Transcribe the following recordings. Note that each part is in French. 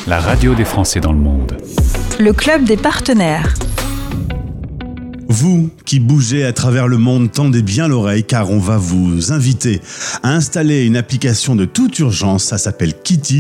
La radio des Français dans le monde. Le club des partenaires. Vous qui bougez à travers le monde, tendez bien l'oreille car on va vous inviter à installer une application de toute urgence. Ça s'appelle Kiti.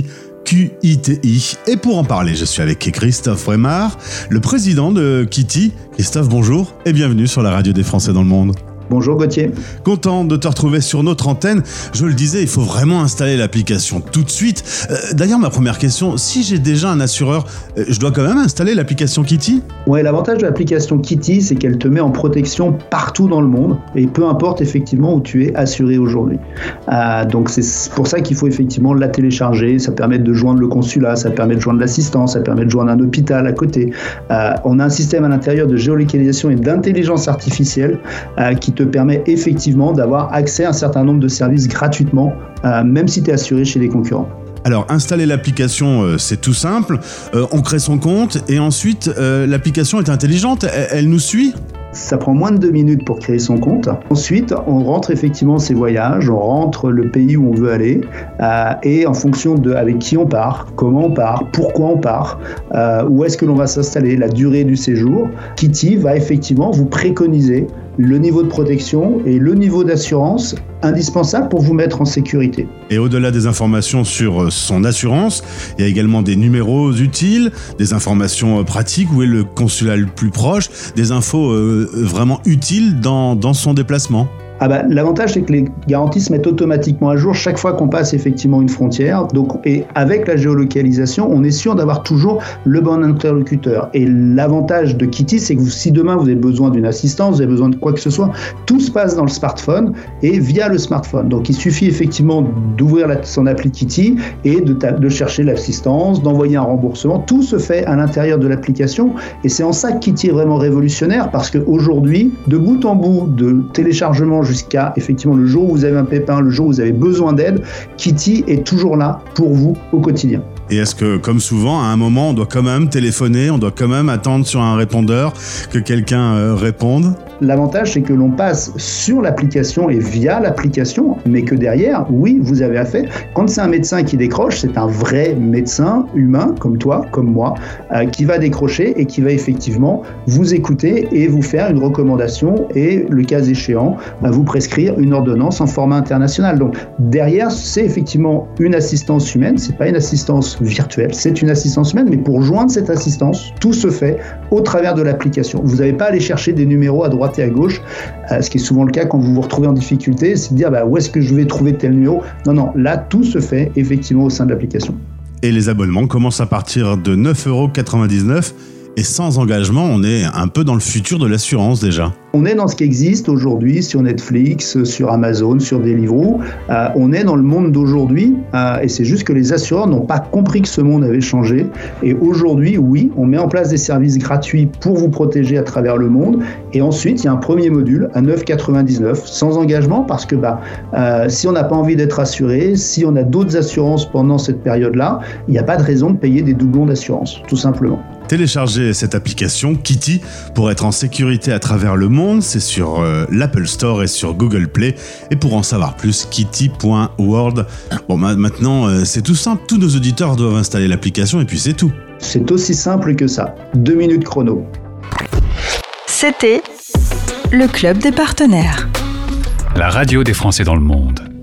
QITI. Et pour en parler, je suis avec Christophe Frémard, le président de Kiti. Christophe, bonjour et bienvenue sur la radio des Français dans le monde. Bonjour Gauthier. Content de te retrouver sur notre antenne. Je le disais, il faut vraiment installer l'application tout de suite. D'ailleurs, ma première question, si j'ai déjà un assureur, je dois quand même installer l'application Kiti ? Ouais, l'avantage de l'application Kiti, c'est qu'elle te met en protection partout dans le monde et peu importe effectivement où tu es assuré aujourd'hui. Donc c'est pour ça qu'il faut effectivement la télécharger. Ça permet de joindre le consulat, ça permet de joindre l'assistance, ça permet de joindre un hôpital à côté. On a un système à l'intérieur de géolocalisation et d'intelligence artificielle qui te permet effectivement d'avoir accès à un certain nombre de services gratuitement, même si tu es assuré chez les concurrents. Alors, installer l'application, c'est tout simple. On crée son compte et ensuite, l'application est intelligente. Elle nous suit ? Ça prend moins de 2 minutes pour créer son compte. Ensuite, on rentre effectivement ses voyages, on rentre le pays où on veut aller et en fonction de avec qui on part, comment on part, pourquoi on part, où est-ce que l'on va s'installer, la durée du séjour, Kiti va effectivement vous préconiser le niveau de protection et le niveau d'assurance indispensable pour vous mettre en sécurité. Et au-delà des informations sur son assurance, il y a également des numéros utiles, des informations pratiques, où est le consulat le plus proche, des infos vraiment utiles dans son déplacement. L'avantage, c'est que les garanties se mettent automatiquement à jour chaque fois qu'on passe effectivement une frontière. Et avec la géolocalisation, on est sûr d'avoir toujours le bon interlocuteur. Et l'avantage de Kiti, c'est que si demain vous avez besoin d'une assistance, vous avez besoin de quoi que ce soit, tout se passe dans le smartphone et via le smartphone. Donc il suffit effectivement d'ouvrir son appli Kiti et de chercher l'assistance, d'envoyer un remboursement. Tout se fait à l'intérieur de l'application. Et c'est en ça que Kiti est vraiment révolutionnaire, parce qu'aujourd'hui, de bout en bout, de téléchargement jusqu'à effectivement le jour où vous avez un pépin, le jour où vous avez besoin d'aide, Kiti est toujours là pour vous au quotidien. Et est-ce que, comme souvent, à un moment, on doit quand même téléphoner, on doit quand même attendre sur un répondeur que quelqu'un réponde ? L'avantage, c'est que l'on passe sur l'application et via l'application, mais que derrière, oui, vous avez affaire. Quand c'est un médecin qui décroche, c'est un vrai médecin humain, comme toi, comme moi, qui va décrocher et qui va effectivement vous écouter et vous faire une recommandation et, le cas échéant, vous prescrire une ordonnance en format international. Donc, derrière, c'est effectivement une assistance humaine, c'est pas une assistance virtuelle, c'est une assistance humaine, mais pour joindre cette assistance, tout se fait au travers de l'application. Vous n'avez pas à aller chercher des numéros à droite et à gauche, ce qui est souvent le cas quand vous vous retrouvez en difficulté, c'est de dire où est-ce que je vais trouver tel numéro ? Non, là tout se fait effectivement au sein de l'application. Et les abonnements commencent à partir de 9,99 € et sans engagement, on est un peu dans le futur de l'assurance déjà. On est dans ce qui existe aujourd'hui sur Netflix, sur Amazon, sur Deliveroo. On est dans le monde d'aujourd'hui et c'est juste que les assureurs n'ont pas compris que ce monde avait changé. Et aujourd'hui, oui, on met en place des services gratuits pour vous protéger à travers le monde. Et ensuite, il y a un premier module à 9,99 € sans engagement, parce que si on n'a pas envie d'être assuré, si on a d'autres assurances pendant cette période-là, il n'y a pas de raison de payer des doublons d'assurance, tout simplement. Téléchargez cette application Kiti pour être en sécurité à travers le monde. C'est sur l'Apple Store et sur Google Play. Et pour en savoir plus, kiti.world. Bon, maintenant, c'est tout simple. Tous nos auditeurs doivent installer l'application et puis c'est tout. C'est aussi simple que ça. 2 minutes chrono. C'était le club des partenaires. La radio des Français dans le monde.